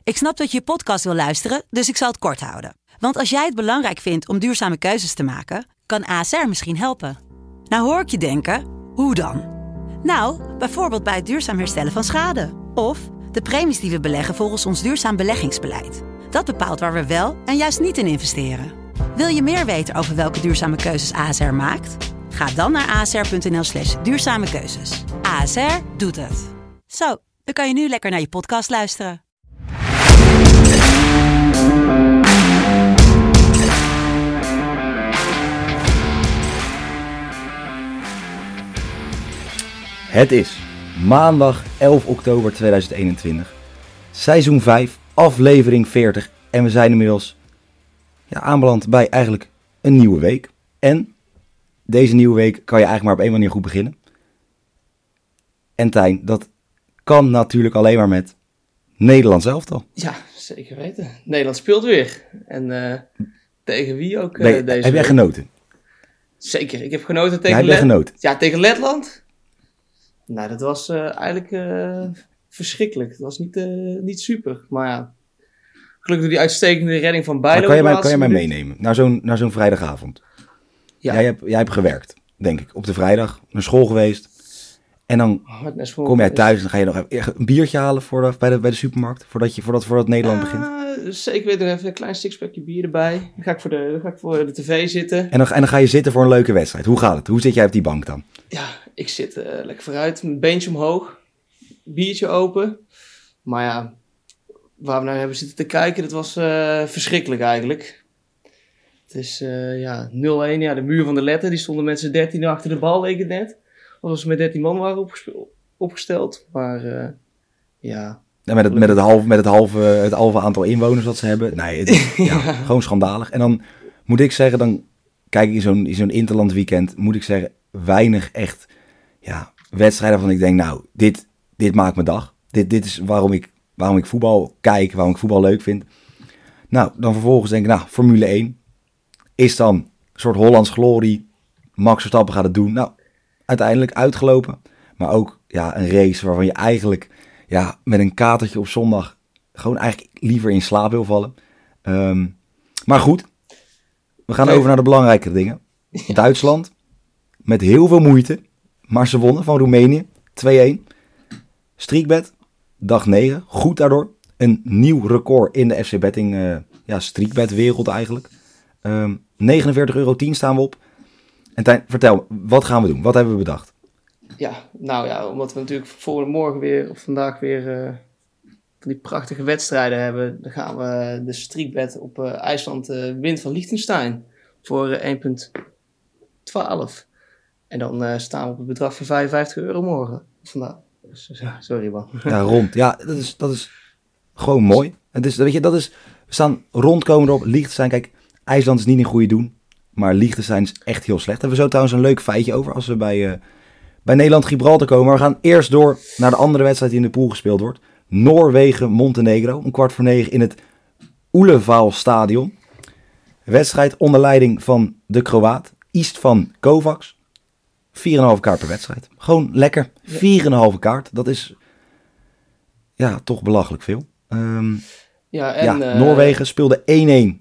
Ik snap dat je podcast wil luisteren, dus ik zal het kort houden. Want als jij het belangrijk vindt om duurzame keuzes te maken, kan ASR misschien helpen. Nou hoor ik je denken, hoe dan? Nou, bijvoorbeeld bij het duurzaam herstellen van schade. Of de premies die we beleggen volgens ons duurzaam beleggingsbeleid. Dat bepaalt waar we wel en juist niet in investeren. Wil je meer weten over welke duurzame keuzes ASR maakt? Ga dan naar asr.nl/duurzame keuzes. ASR doet het. Zo, dan kan je nu lekker naar je podcast luisteren. Het is maandag 11 oktober 2021, seizoen 5, aflevering 40 en we zijn inmiddels aanbeland bij eigenlijk een nieuwe week. En deze nieuwe week kan je eigenlijk maar op één manier goed beginnen. En Tijn, dat kan natuurlijk alleen maar met Nederlands elftal. Ja, zeker weten. Nederland speelt weer. En tegen wie ook deze Heb jij week. genoten? Zeker, ik heb genoten tegen Heb jij genoten? Ja, tegen Letland. Nou, dat was eigenlijk verschrikkelijk. Het was niet super. Maar ja, gelukkig door die uitstekende redding van beide. Kan je mij meenemen naar zo'n vrijdagavond? Ja. Jij hebt gewerkt, denk ik, op de vrijdag, naar school geweest. En dan kom jij thuis en dan ga je nog even een biertje halen bij de supermarkt, voordat Nederland begint. Zeker weten, even een klein sixpackje bier erbij. Dan ga ik voor de tv zitten. En dan ga je zitten voor een leuke wedstrijd. Hoe gaat het? Hoe zit jij op die bank dan? Ja, ik zit lekker vooruit, mijn beentje omhoog, biertje open. Maar ja, waar we naar hebben zitten te kijken, dat was verschrikkelijk eigenlijk. Het is 0-1, de muur van de letter. Die stonden met z'n 13 achter de bal, leek het net. Alsof ze met 13 man waren opgesteld. Maar Met het halve aantal inwoners dat ze hebben. Nee, het is gewoon schandalig. En dan moet ik zeggen, dan kijk ik in zo'n interland weekend, moet ik zeggen, weinig echt wedstrijden waarvan ik denk, nou, dit maakt mijn dag. Dit is waarom ik voetbal kijk, waarom ik voetbal leuk vind. Nou, dan vervolgens denk ik, Formule 1 is dan een soort Hollands glorie. Max Verstappen gaat het doen. Nou, uiteindelijk uitgelopen. Maar ook een race waarvan je eigenlijk met een katertje op zondag gewoon eigenlijk liever in slaap wil vallen. Maar goed, we gaan over naar de belangrijke dingen. Ja. Duitsland, met heel veel moeite, maar ze wonnen van Roemenië, 2-1. Streakbet, dag 9, goed daardoor. Een nieuw record in de FC Betting streakbet wereld eigenlijk. €49,10 staan we op. En Tijn, vertel, wat gaan we doen? Wat hebben we bedacht? Ja, omdat we natuurlijk vandaag weer van die prachtige wedstrijden hebben, dan gaan we de streakbet op IJsland wint van Liechtenstein voor 1,12. En dan staan we op het bedrag van €55 morgen. Vandaag. Sorry man. Ja, rond. Ja, dat is gewoon mooi. We staan rondkomen erop. Liechtenstein, kijk, IJsland is niet in goede doen. Maar Liechtenstein is echt heel slecht. Hebben we zo trouwens een leuk feitje over als we bij Nederland-Gibraltar komen. Maar we gaan eerst door naar de andere wedstrijd die in de pool gespeeld wordt. Noorwegen-Montenegro. Om 8:45 in het Uleval Stadion. Wedstrijd onder leiding van de Kroaat. Istvan Kovacs. 4,5 kaart per wedstrijd. Gewoon lekker. 4,5 kaart. Dat is toch belachelijk veel. Noorwegen speelde 1-1.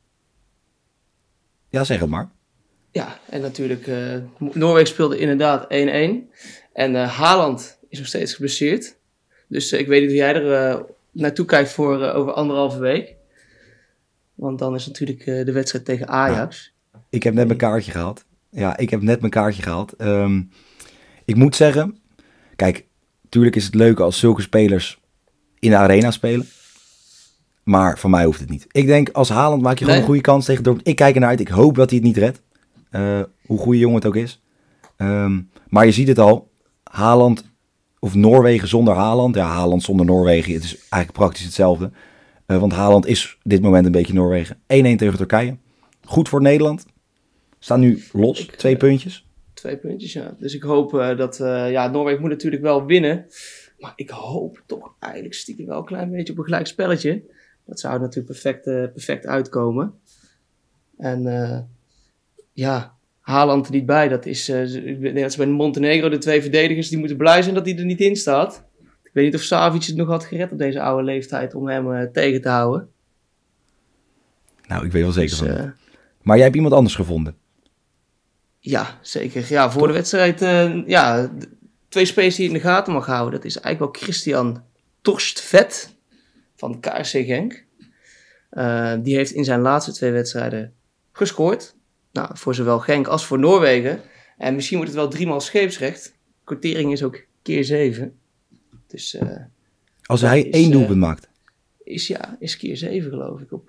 Ja, zeg het maar. Ja, en natuurlijk, Noorwegen speelde inderdaad 1-1. En Haaland is nog steeds geblesseerd. Dus ik weet niet hoe jij er naartoe kijkt voor over 1,5 week. Want dan is natuurlijk de wedstrijd tegen Ajax. Ja, ik heb net mijn kaartje gehaald. Ik moet zeggen, kijk, natuurlijk is het leuk als zulke spelers in de arena spelen. Maar voor mij hoeft het niet. Ik denk, als Haaland maak je gewoon een goede kans tegen Dortmund. Ik kijk ernaar uit. Ik hoop dat hij het niet redt. Hoe goede jongen het ook is. Maar je ziet het al. Haaland of Noorwegen zonder Haaland. Ja, Haaland zonder Noorwegen. Het is eigenlijk praktisch hetzelfde. Want Haaland is op dit moment een beetje Noorwegen. 1-1 tegen Turkije. Goed voor Nederland. Staan nu los. 2 puntjes. 2 puntjes, ja. Dus ik hoop dat... Noorwegen moet natuurlijk wel winnen. Maar ik hoop toch eigenlijk stiekem wel een klein beetje op een gelijk spelletje. Dat zou natuurlijk perfect uitkomen. En Haaland er niet bij. Dat is, ik denk dat ze bij Montenegro, de 2 verdedigers, die moeten blij zijn dat hij er niet in staat. Ik weet niet of Savic het nog had gered op deze oude leeftijd om hem tegen te houden. Nou, ik weet wel zeker Dus, van. Maar jij hebt iemand anders gevonden. Ja, zeker. Ja, voor de wedstrijd, 2 spelers die je in de gaten mag houden. Dat is eigenlijk wel Christian Torstvedt van KRC Genk. Die heeft in zijn laatste 2 wedstrijden gescoord. Nou, voor zowel Genk als voor Noorwegen. En misschien wordt het wel 3 maal scheepsrecht. Quotering is ook keer 7. Dus, Als hij 1 doelpunt maakt. Is keer 7 geloof ik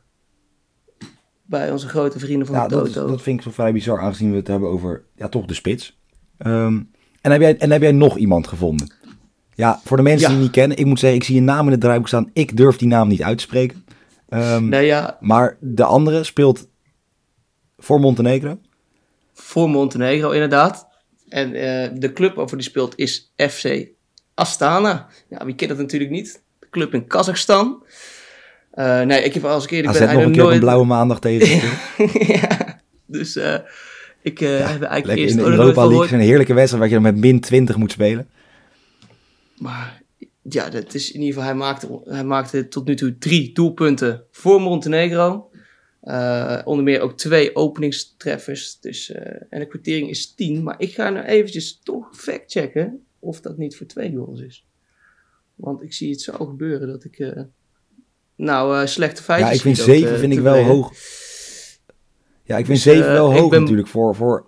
bij onze grote vrienden van de Toto. Dat vind ik zo vrij bizar, aangezien we het hebben over toch de spits. En heb jij nog iemand gevonden? Ja, voor de mensen die het niet kennen, ik moet zeggen, ik zie een naam in het draaiboek staan. Ik durf die naam niet uit te spreken. Maar de andere speelt voor Montenegro? Voor Montenegro, inderdaad. En de club waarvoor die speelt is FC Astana. Ja, wie kent dat natuurlijk niet? De club in Kazachstan. Ik heb al eens een keer... AZ nog een keer op een blauwe maandag tegen. Ja, dus ik heb eigenlijk eerst... In de Europa League is een heerlijke wedstrijd waar je dan met min 20 moet spelen. Maar ja, dat is in ieder geval... Hij maakte tot nu toe 3 doelpunten voor Montenegro. Onder meer ook 2 openingstreffers. Dus, en de quotering is 10. Maar ik ga nou eventjes toch factchecken of dat niet voor 2 goals is. Want ik zie het zo gebeuren dat ik... slechte feitjes... Ja, ik vind 7 vind ik wel hoog. Ja, ik vind 7 wel hoog natuurlijk voor...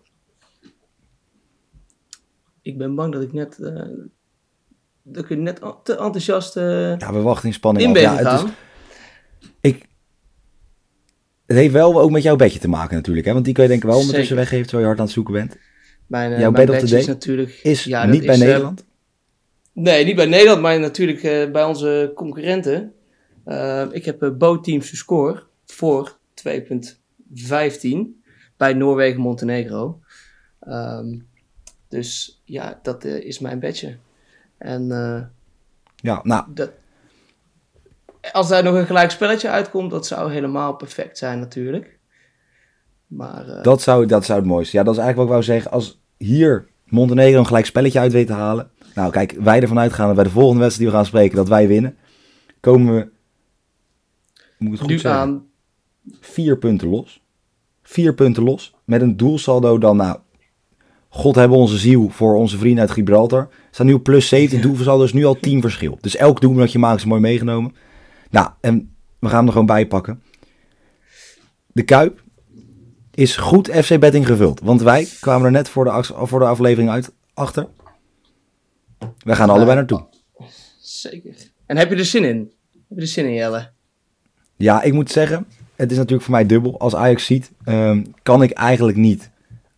Ik ben bang dat ik net... dat ik er net te enthousiast... ja, we wachten in spanning in af. ben gegaan. Het heeft wel ook met jouw bedje te maken natuurlijk, hè? Want die kan je denk ik wel ondertussen weggeven terwijl je hard aan het zoeken bent. Jouw bed of the day is natuurlijk... is niet bij Nederland? Nee, niet bij Nederland, maar natuurlijk bij onze concurrenten. Ik heb Bo-teams to score voor 2,15 bij Noorwegen-Montenegro. Dus ja, dat is mijn bedje. En als daar nog een gelijk spelletje uitkomt, dat zou helemaal perfect zijn natuurlijk. Maar, dat zou het mooiste. Ja, dat is eigenlijk wat ik wou zeggen. Als hier Montenegro een gelijk spelletje uit weet te halen. Nou kijk, wij ervan uitgaan dat bij de volgende wedstrijd die we gaan spreken, dat wij winnen. Komen we, moet ik het goed zeggen, aan 4 punten los. 4 punten los. Met een doelsaldo dan, God hebben onze ziel voor onze vrienden uit Gibraltar. Staan nu op plus 17, doelsaldo is nu al 10 verschil. Dus elk doelpunt dat je maakt is mooi meegenomen. Nou, en we gaan hem er gewoon bij pakken. De Kuip is goed FC Betting gevuld. Want wij kwamen er net voor de aflevering achter. Wij gaan allebei naartoe. Zeker. En heb je er zin in? Heb je er zin in, Jelle? Ja, ik moet zeggen, het is natuurlijk voor mij dubbel. Als Ajax ziet, kan ik eigenlijk niet...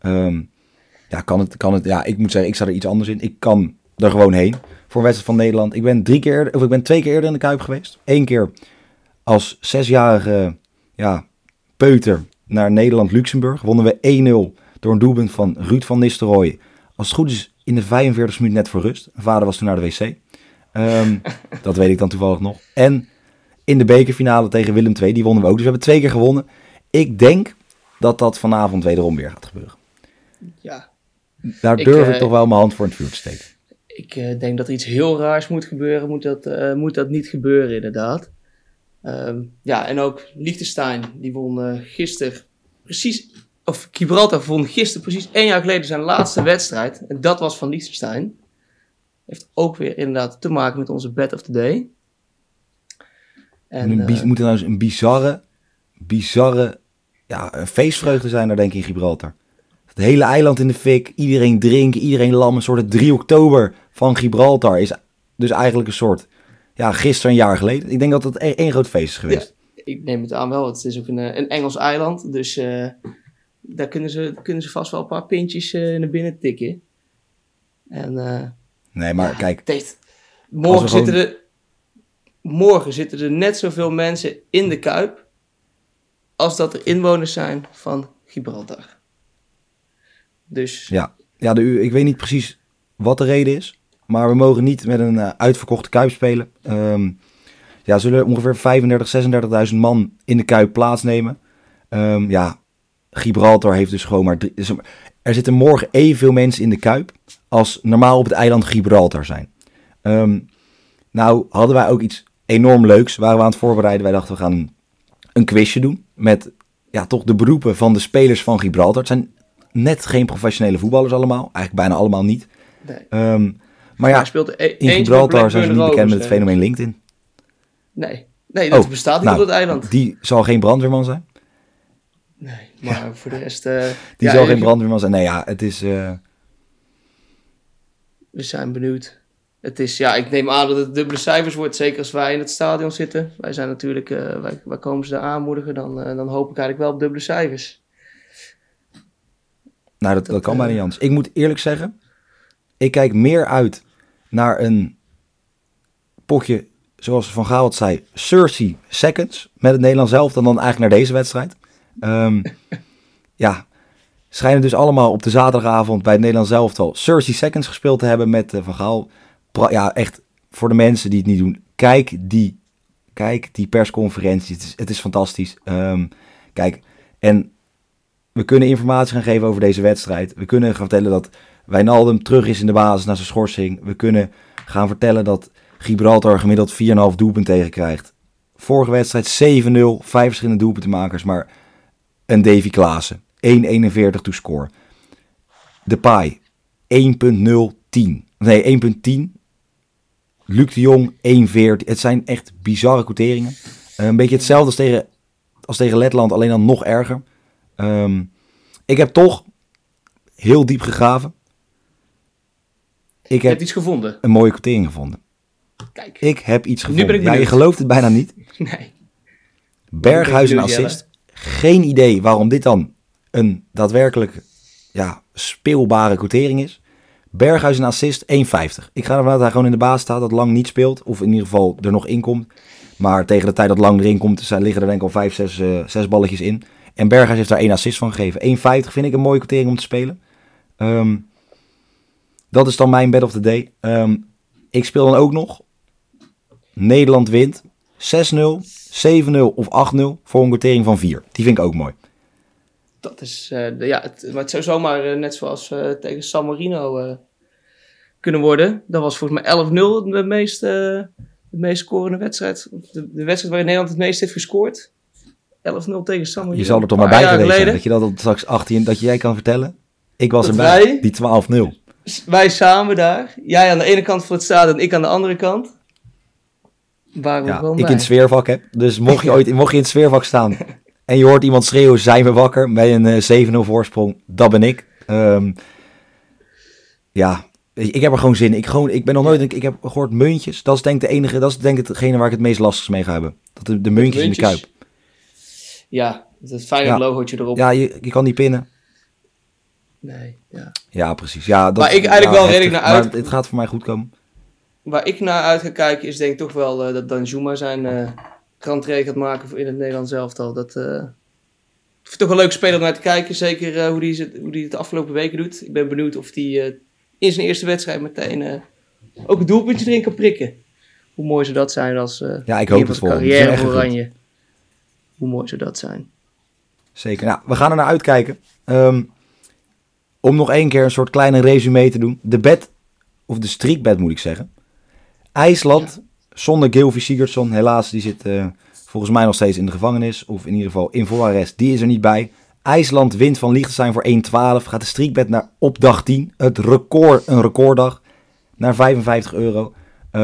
ik moet zeggen, ik sta er iets anders in. Ik kan er gewoon heen voor een wedstrijd van Nederland. Ik ben 2 keer eerder in de Kuip geweest. 1 keer als 6-jarige peuter naar Nederland-Luxemburg. Wonnen we 1-0 door een doelpunt van Ruud van Nistelrooy. Als het goed is in de 45 minuut net voor rust. Mijn vader was toen naar de wc. Dat weet ik dan toevallig nog. En in de bekerfinale tegen Willem II, die wonnen we ook. Dus we hebben 2 keer gewonnen. Ik denk dat vanavond wederom weer gaat gebeuren. Ja. Daar durf ik toch wel mijn hand voor in het vuur te steken. Ik denk dat er iets heel raars moet gebeuren. Moet dat niet gebeuren, inderdaad. En ook Liechtenstein, die won gisteren precies... Of Gibraltar won gisteren precies 1 jaar geleden zijn laatste wedstrijd. En dat was van Liechtenstein. Heeft ook weer inderdaad te maken met onze bet of the day. Moet er nou eens een bizarre een feestvreugde zijn daar denk ik in Gibraltar. Het hele eiland in de fik, iedereen drinken, iedereen lam. Een soort 3 oktober van Gibraltar is dus eigenlijk een soort... Ja, gisteren een jaar geleden. Ik denk dat het 1 groot feest is geweest. Ja, ik neem het aan wel. Het is ook een Engels eiland. Dus daar kunnen ze vast wel een paar pintjes naar binnen tikken. En, nee, maar kijk... Morgen zitten er net zoveel mensen in de Kuip... als dat er inwoners zijn van Gibraltar. Dus... Ja, ik weet niet precies wat de reden is. Maar we mogen niet met een uitverkochte Kuip spelen. Zullen ongeveer 35.000, 36.000 man in de Kuip plaatsnemen. Gibraltar heeft dus gewoon maar... Er zitten morgen evenveel mensen in de Kuip als normaal op het eiland Gibraltar zijn. Nou, hadden wij ook iets enorm leuks. Waren we aan het voorbereiden. Wij dachten, we gaan een quizje doen. Met toch de beroepen van de spelers van Gibraltar. Het zijn net geen professionele voetballers allemaal. Eigenlijk bijna allemaal niet. Nee. Maar ja, in Gibraltar zijn ze niet bekend met het fenomeen LinkedIn. Nee, dat bestaat niet op dat eiland. Die zal geen brandweerman zijn. Nee, maar voor de rest... die zal geen brandweerman zijn. Nee, ja, het is... We zijn benieuwd. Het is, ik neem aan dat het dubbele cijfers wordt. Zeker als wij in het stadion zitten. Wij zijn natuurlijk... wij komen ze daar aanmoedigen. Dan hoop ik eigenlijk wel op dubbele cijfers. Nou, dat kan bijna niet anders. Ik moet eerlijk zeggen... Ik kijk meer uit naar een potje, zoals Van Gaal het zei, 30 seconds met het Nederlands elftal dan eigenlijk naar deze wedstrijd. Schijnen dus allemaal op de zaterdagavond bij het Nederlands elftal 30 seconds gespeeld te hebben met Van Gaal. Echt, voor de mensen die het niet doen, kijk die persconferentie. Het is fantastisch. Kijk, en we kunnen informatie gaan geven over deze wedstrijd. We kunnen gaan vertellen dat Wijnaldum terug is in de basis na zijn schorsing. We kunnen gaan vertellen dat Gibraltar gemiddeld 4,5 doelpunten tegenkrijgt. Vorige wedstrijd 7-0, 5 verschillende doelpuntenmakers, maar een Davy Klaassen, 1,41 to score. Depay, 1,010. Nee, 1,10. Luc de Jong, 1,14. Het zijn echt bizarre quoteringen. Een beetje hetzelfde als tegen Letland, alleen dan nog erger. Ik heb toch heel diep gegraven. Ik heb iets gevonden. Een mooie quotering gevonden. Kijk. Ik heb iets gevonden. Nu ben ik benieuwd. Je gelooft het bijna niet. Nee. Berghuis assist. Geen idee waarom dit dan een daadwerkelijk speelbare quotering is. Berghuis assist 1,50. Ik ga ervan uit dat hij gewoon in de baas staat, dat Lang niet speelt. Of in ieder geval er nog in komt. Maar tegen de tijd dat Lang erin komt, liggen er denk ik al 6 balletjes in. En Berghuis heeft daar 1 assist van gegeven. 1,50 vind ik een mooie quotering om te spelen. Dat is dan mijn bet of the day. Ik speel dan ook nog Nederland wint 6-0, 7-0 of 8-0 voor een quotering van 4. Die vind ik ook mooi. Dat is, maar het zou zomaar net zoals tegen San Marino kunnen worden. Dat was volgens mij 11-0 de meest scorende wedstrijd. De wedstrijd waarin Nederland het meest heeft gescoord. 11-0 tegen San Marino. Je zal er toch maar bij geweest zijn, dat je dat straks 18, dat jij kan vertellen. Ik was erbij, die 12-0. Wij samen daar. Jij aan de ene kant van het stadion, ik aan de andere kant. Waar we gewoon ik in het sfeervak heb. Dus mocht je in het sfeervak staan en je hoort iemand schreeuwen, zijn we wakker bij een 7-0 voorsprong, dat ben ik. Ik heb er gewoon zin in. Ik ben nog nooit, ik heb gehoord muntjes. Dat is denk ik hetgene waar ik het meest lastig mee ga hebben. Dat de muntjes in de Kuip. Ja, het fijne logootje erop. Ja, je kan die pinnen. Nee, ja. Ja, precies. Ja, dat, maar ik eigenlijk wel redelijk naar uit. Maar het gaat voor mij goed komen. Waar ik naar uit ga kijken is denk ik toch wel dat Danjuma zijn rentree gaat maken in het Nederlands elftal. Dat is toch een leuke speler om naar te kijken. Zeker hoe die het de afgelopen weken doet. Ik ben benieuwd of hij in zijn eerste wedstrijd meteen ook een doelpuntje erin kan prikken. Hoe mooi zou dat zijn als ik hoop het voor carrière voor Oranje. Hoe mooi zou dat zijn. Zeker. Nou, we gaan er naar uitkijken. Om nog 1 keer een soort kleine resume te doen. De bet, of de streakbet moet ik zeggen. IJsland, zonder Gylfi Sigurdsson. Helaas, die zit volgens mij nog steeds in de gevangenis. Of in ieder geval in voorarrest. Die is er niet bij. IJsland wint van Liechtenstein voor 1,12. Gaat de streakbet naar op dag 10. Een recorddag. Naar €55.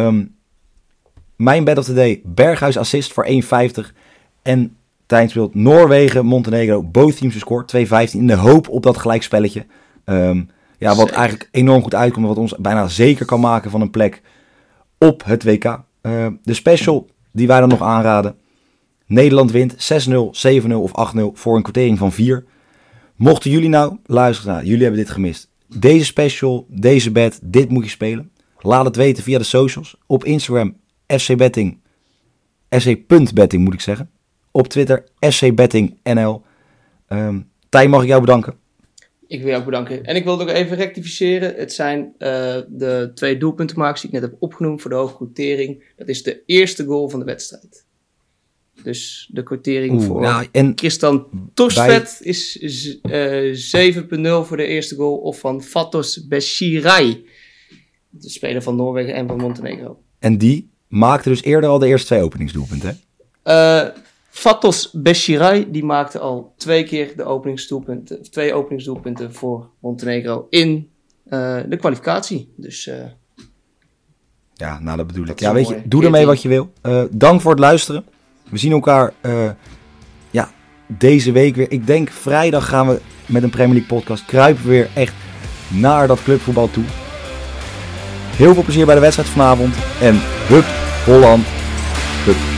Mijn bet of the day. Berghuis assist voor 1,50. En tijdens speelt Noorwegen, Montenegro. Both teams gescoord. 2,15. In de hoop op dat gelijkspelletje. Wat eigenlijk enorm goed uitkomt. Wat ons bijna zeker kan maken van een plek op het WK. De special die wij dan nog aanraden. Nederland wint 6-0, 7-0 of 8-0 voor een quotering van 4. Mochten jullie nou luisteren, jullie hebben dit gemist. Deze special, deze bet, dit moet je spelen. Laat het weten via de socials. Op Instagram fcbetting, fc.betting moet ik zeggen. Op Twitter fcbettingnl. Tij, mag ik jou bedanken? Ik wil jou ook bedanken. En ik wil nog even rectificeren. Het zijn de 2 doelpuntenmakers die ik net heb opgenoemd voor de hoge quotering. Dat is de eerste goal van de wedstrijd. Dus de quotering voor Tristan Torsvet is 7,0 voor de eerste goal. Of van Fatos Beshirai, de speler van Noorwegen en van Montenegro. En die maakte dus eerder al de eerste 2 openingsdoelpunten. Hè? Fatos Beshiray, die maakte al 2 keer de openingsdoelpunten, 2 openingsdoelpunten voor Montenegro in de kwalificatie. Dus ja, nou dat bedoel ik. Dat is Ja, weet mooi. je, doe ermee wat je wil. Dank voor het luisteren. We zien elkaar deze week weer. Ik denk vrijdag gaan we met een Premier League podcast kruipen we weer echt naar dat clubvoetbal toe. Heel veel plezier bij de wedstrijd vanavond. En hup, Holland, hup.